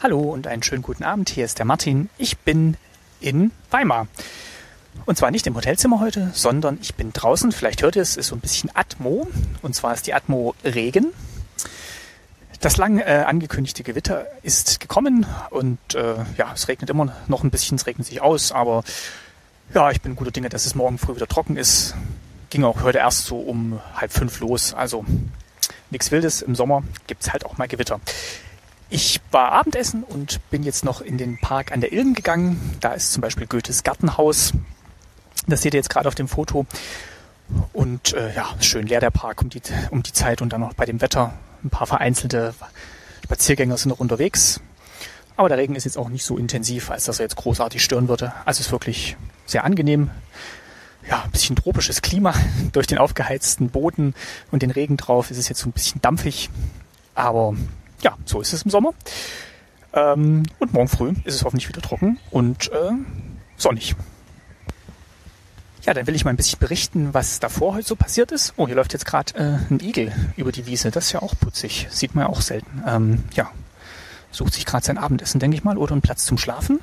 Hallo und einen schönen guten Abend, hier ist der Martin. Ich bin in Weimar. Und zwar nicht im Hotelzimmer heute, sondern ich bin draußen. Vielleicht hört ihr es, ist so ein bisschen Atmo. Und zwar ist die Atmo Regen. Das lang angekündigte Gewitter ist gekommen und es regnet immer noch ein bisschen, es regnet sich aus. Aber ja, ich bin guter Dinge, dass es morgen früh wieder trocken ist. Ging auch heute erst so um 4:30 los. Also nichts Wildes, im Sommer gibt es halt auch mal Gewitter. Ich war Abendessen und bin jetzt noch in den Park an der Ilm gegangen. Da ist zum Beispiel Goethes Gartenhaus. Das seht ihr jetzt gerade auf dem Foto. Und schön leer der Park um die Zeit und dann noch bei dem Wetter. Ein paar vereinzelte Spaziergänger sind noch unterwegs. Aber der Regen ist jetzt auch nicht so intensiv, als dass er jetzt großartig stören würde. Also es ist wirklich sehr angenehm. Ja, ein bisschen tropisches Klima. Durch den aufgeheizten Boden und den Regen drauf ist es jetzt so ein bisschen dampfig. Aber ja, so ist es im Sommer. Und morgen früh ist es hoffentlich wieder trocken und sonnig. Ja, dann will ich mal ein bisschen berichten, was davor heute so passiert ist. Oh, hier läuft jetzt gerade ein Igel über die Wiese. Das ist ja auch putzig. Sieht man ja auch selten. Sucht sich gerade sein Abendessen, denke ich mal, oder einen Platz zum Schlafen.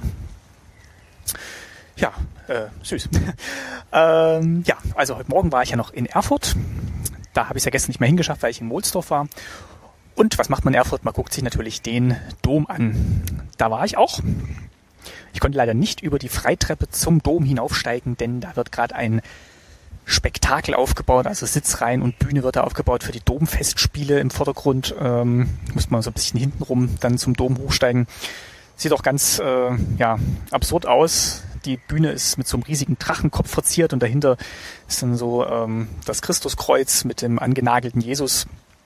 Ja, süß. Also heute Morgen war ich ja noch in Erfurt. Da habe ich es ja gestern nicht mehr hingeschafft, weil ich in Mohlsdorf war. Und was macht man in Erfurt? Man guckt sich natürlich den Dom an. Da war ich auch. Ich konnte leider nicht über die Freitreppe zum Dom hinaufsteigen, denn da wird gerade ein Spektakel aufgebaut. Also Sitzreihen und Bühne wird da aufgebaut für die Domfestspiele im Vordergrund. Muss man so ein bisschen hintenrum dann zum Dom hochsteigen. Sieht auch ganz absurd aus. Die Bühne ist mit so einem riesigen Drachenkopf verziert und dahinter ist dann so das Christuskreuz mit dem angenagelten Jesus.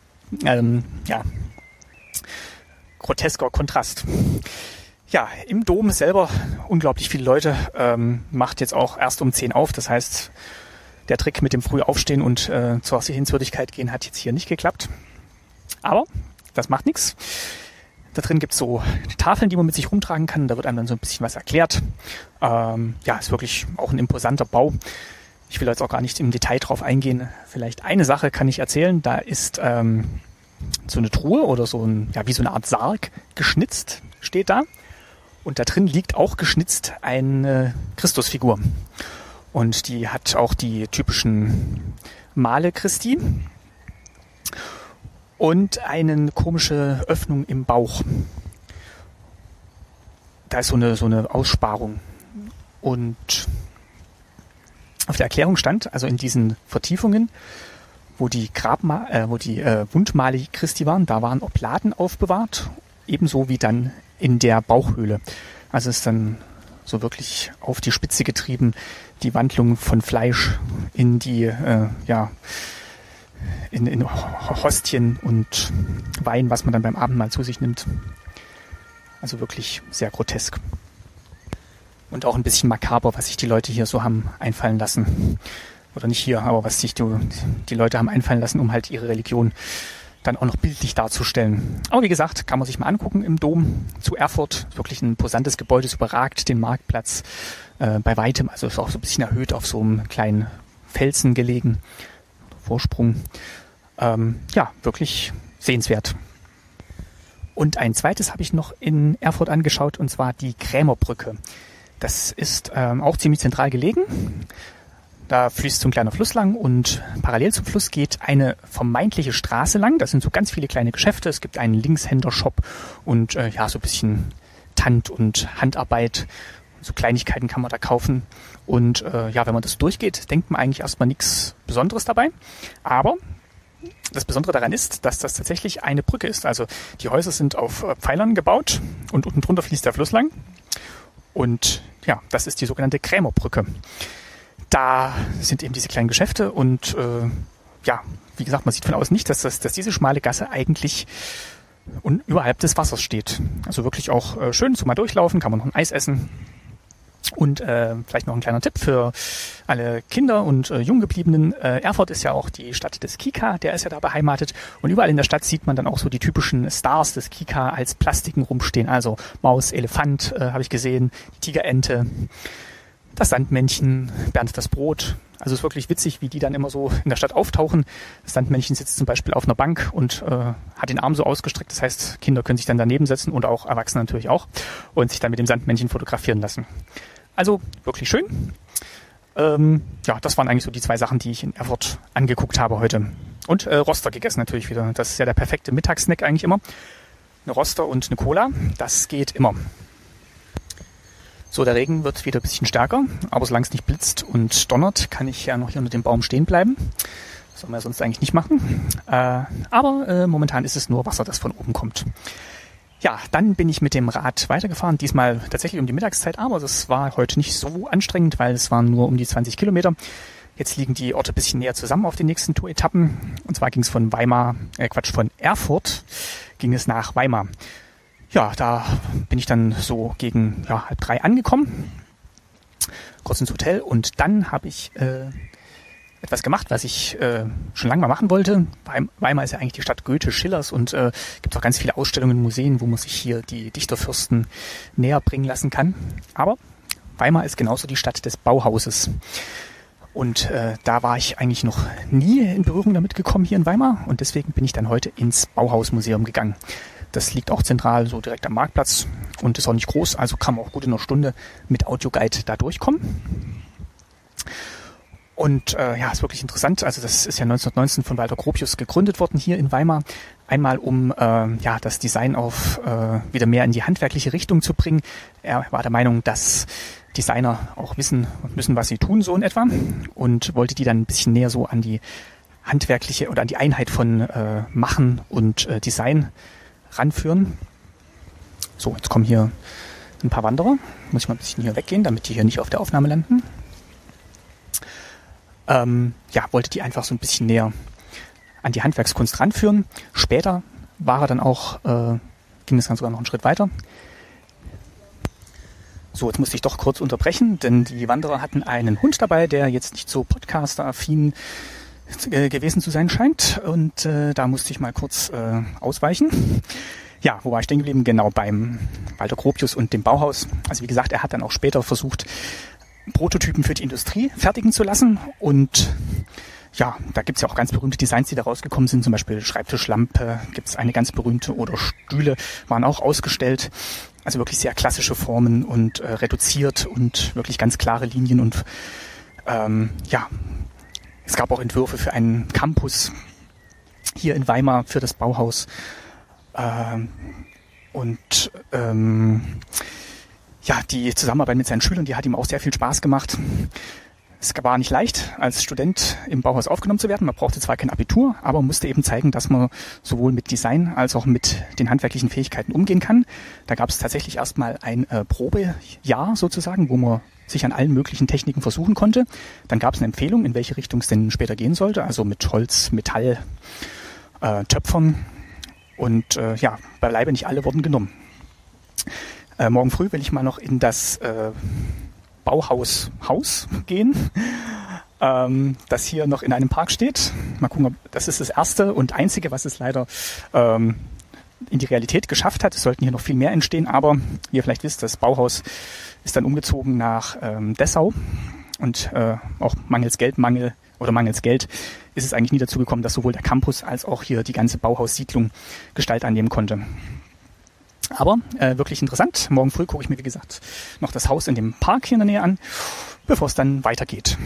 Grotesker Kontrast. Ja, im Dom selber unglaublich viele Leute, macht jetzt auch erst um 10 auf. Das heißt, der Trick mit dem Frühaufstehen und zur Sehenswürdigkeit gehen hat jetzt hier nicht geklappt. Aber das macht nichts. Da drin gibt's so Tafeln, die man mit sich rumtragen kann. Da wird einem dann so ein bisschen was erklärt. Ist wirklich auch ein imposanter Bau. Ich will jetzt auch gar nicht im Detail drauf eingehen. Vielleicht eine Sache kann ich erzählen. Da ist so eine Truhe oder wie so eine Art Sarg geschnitzt, steht da. Und da drin liegt auch geschnitzt eine Christusfigur. Und die hat auch die typischen Male Christi und eine komische Öffnung im Bauch. Da ist so eine Aussparung. Und auf der Erklärung stand, also in diesen Vertiefungen, wo die Wundmale Christi waren, da waren Oblaten aufbewahrt, ebenso wie dann in der Bauchhöhle. Also ist dann so wirklich auf die Spitze getrieben, die Wandlung von Fleisch in die in Hostien und Wein, was man dann beim Abendmahl zu sich nimmt. Also wirklich sehr grotesk. Und auch ein bisschen makaber, was sich die Leute hier so haben einfallen lassen. Oder nicht hier, aber was sich die Leute haben einfallen lassen, um halt ihre Religion dann auch noch bildlich darzustellen. Aber wie gesagt, kann man sich mal angucken im Dom zu Erfurt. Wirklich ein imposantes Gebäude, es überragt den Marktplatz bei weitem. Also ist auch so ein bisschen erhöht auf so einem kleinen Felsen gelegen. Vorsprung. Wirklich sehenswert. Und ein zweites habe ich noch in Erfurt angeschaut, und zwar die Krämerbrücke. Das ist auch ziemlich zentral gelegen. Da fließt so ein kleiner Fluss lang und parallel zum Fluss geht eine vermeintliche Straße lang. Da sind so ganz viele kleine Geschäfte. Es gibt einen Linkshänder-Shop und so ein bisschen Tand- und Handarbeit. So Kleinigkeiten kann man da kaufen. Und wenn man das durchgeht, denkt man eigentlich erstmal nichts Besonderes dabei. Aber das Besondere daran ist, dass das tatsächlich eine Brücke ist. Also die Häuser sind auf Pfeilern gebaut und unten drunter fließt der Fluss lang. Und das ist die sogenannte Krämerbrücke. Da sind eben diese kleinen Geschäfte und wie gesagt, man sieht von außen nicht, dass diese schmale Gasse eigentlich überhalb des Wassers steht. Also wirklich auch schön zum mal durchlaufen, kann man noch ein Eis essen. Und vielleicht noch ein kleiner Tipp für alle Kinder und Junggebliebenen. Erfurt ist ja auch die Stadt des Kika, der ist ja da beheimatet. Und überall in der Stadt sieht man dann auch so die typischen Stars des Kika als Plastiken rumstehen. Also Maus, Elefant habe ich gesehen, die Tigerente. das Sandmännchen, Bernd das Brot. Also es ist wirklich witzig, wie die dann immer so in der Stadt auftauchen. Das Sandmännchen sitzt zum Beispiel auf einer Bank und hat den Arm so ausgestreckt. Das heißt, Kinder können sich dann daneben setzen und auch Erwachsene natürlich auch und sich dann mit dem Sandmännchen fotografieren lassen. Also wirklich schön. Ja, das waren eigentlich so die 2 Sachen, die ich in Erfurt angeguckt habe heute. Und Roster gegessen natürlich wieder. Das ist ja der perfekte Mittagssnack eigentlich immer. Eine Roster und eine Cola, das geht immer. So, der Regen wird wieder ein bisschen stärker, aber solange es nicht blitzt und donnert, kann ich ja noch hier unter dem Baum stehen bleiben. Das soll man ja sonst eigentlich nicht machen. Aber momentan ist es nur Wasser, das von oben kommt. Ja, dann bin ich mit dem Rad weitergefahren, diesmal tatsächlich um die Mittagszeit, aber das war heute nicht so anstrengend, weil es waren nur um die 20 Kilometer. Jetzt liegen die Orte ein bisschen näher zusammen auf den nächsten Touretappen. Und zwar ging es von von Erfurt ging es nach Weimar. Ja, da bin ich dann so gegen 2:30 angekommen, kurz ins Hotel, und dann habe ich etwas gemacht, was ich schon lange mal machen wollte. Weimar ist ja eigentlich die Stadt Goethe, Schillers, und gibt auch ganz viele Ausstellungen, Museen, wo man sich hier die Dichterfürsten näher bringen lassen kann. Aber Weimar ist genauso die Stadt des Bauhauses. Und da war ich eigentlich noch nie in Berührung damit gekommen hier in Weimar, und deswegen bin ich dann heute ins Bauhausmuseum gegangen. Das liegt auch zentral, so direkt am Marktplatz, und ist auch nicht groß, also kann man auch gut in einer Stunde mit Audioguide da durchkommen. Und ist wirklich interessant. Also das ist ja 1919 von Walter Gropius gegründet worden hier in Weimar. Einmal um das Design auf wieder mehr in die handwerkliche Richtung zu bringen. Er war der Meinung, dass Designer auch wissen müssen, was sie tun, so in etwa, und wollte die dann ein bisschen näher so an die handwerkliche oder an die Einheit von Machen und Design ranführen. So, jetzt kommen hier ein paar Wanderer. Muss ich mal ein bisschen hier weggehen, damit die hier nicht auf der Aufnahme landen. Wollte die einfach so ein bisschen näher an die Handwerkskunst ranführen. Später war er dann auch, ging es dann sogar noch einen Schritt weiter. So, jetzt musste ich doch kurz unterbrechen, denn die Wanderer hatten einen Hund dabei, der jetzt nicht so podcaster-affin gewesen zu sein scheint. Und da musste ich mal kurz ausweichen. Ja, wo war ich stehen geblieben? Genau, beim Walter Gropius und dem Bauhaus. Also wie gesagt, er hat dann auch später versucht, Prototypen für die Industrie fertigen zu lassen. Und ja, da gibt's ja auch ganz berühmte Designs, die da rausgekommen sind. Zum Beispiel Schreibtischlampe gibt's eine ganz berühmte, oder Stühle waren auch ausgestellt. Also wirklich sehr klassische Formen und reduziert und wirklich ganz klare Linien. Und es gab auch Entwürfe für einen Campus hier in Weimar für das Bauhaus. Die Zusammenarbeit mit seinen Schülern, die hat ihm auch sehr viel Spaß gemacht. Es war nicht leicht, als Student im Bauhaus aufgenommen zu werden. Man brauchte zwar kein Abitur, aber man musste eben zeigen, dass man sowohl mit Design als auch mit den handwerklichen Fähigkeiten umgehen kann. Da gab es tatsächlich erstmal ein Probejahr sozusagen, wo man sich an allen möglichen Techniken versuchen konnte. Dann gab es eine Empfehlung, in welche Richtung es denn später gehen sollte, also mit Holz, Metall, Töpfern. Und beileibe nicht alle wurden genommen. Morgen früh will ich mal noch in das Bauhaus-Haus gehen, das hier noch in einem Park steht. Mal gucken, das ist das erste und einzige, was es leider in die Realität geschafft hat. Es sollten hier noch viel mehr entstehen, aber wie ihr vielleicht wisst, das Bauhaus ist dann umgezogen nach Dessau, und auch mangels Geld ist es eigentlich nie dazu gekommen, dass sowohl der Campus als auch hier die ganze Bauhaussiedlung Gestalt annehmen konnte. Aber wirklich interessant. Morgen früh gucke ich mir, wie gesagt, noch das Haus in dem Park hier in der Nähe an, bevor es dann weitergeht.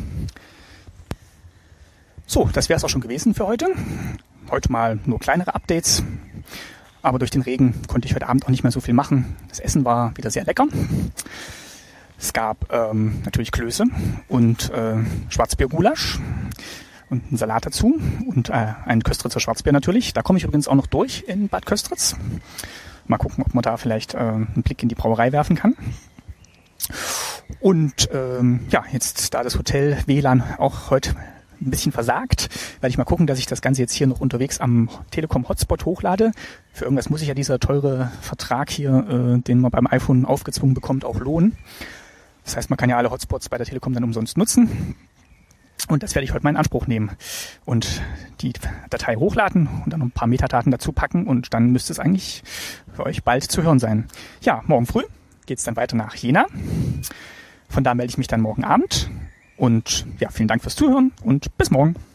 So, das wäre es auch schon gewesen für heute. Heute mal nur kleinere Updates. Aber durch den Regen konnte ich heute Abend auch nicht mehr so viel machen. Das Essen war wieder sehr lecker. Es gab natürlich Klöße und Schwarzbiergulasch und einen Salat dazu und ein Köstritzer Schwarzbier natürlich. Da komme ich übrigens auch noch durch in Bad Köstritz. Mal gucken, ob man da vielleicht einen Blick in die Brauerei werfen kann. Und jetzt da das Hotel WLAN auch heute ein bisschen versagt, werde ich mal gucken, dass ich das Ganze jetzt hier noch unterwegs am Telekom-Hotspot hochlade. Für irgendwas muss sich ja dieser teure Vertrag hier, den man beim iPhone aufgezwungen bekommt, auch lohnen. Das heißt, man kann ja alle Hotspots bei der Telekom dann umsonst nutzen. Und das werde ich heute mal in Anspruch nehmen und die Datei hochladen und dann noch ein paar Metadaten dazu packen, und dann müsste es eigentlich für euch bald zu hören sein. Ja, morgen früh geht es dann weiter nach Jena. Von da melde ich mich dann morgen Abend. Und ja, vielen Dank fürs Zuhören und bis morgen.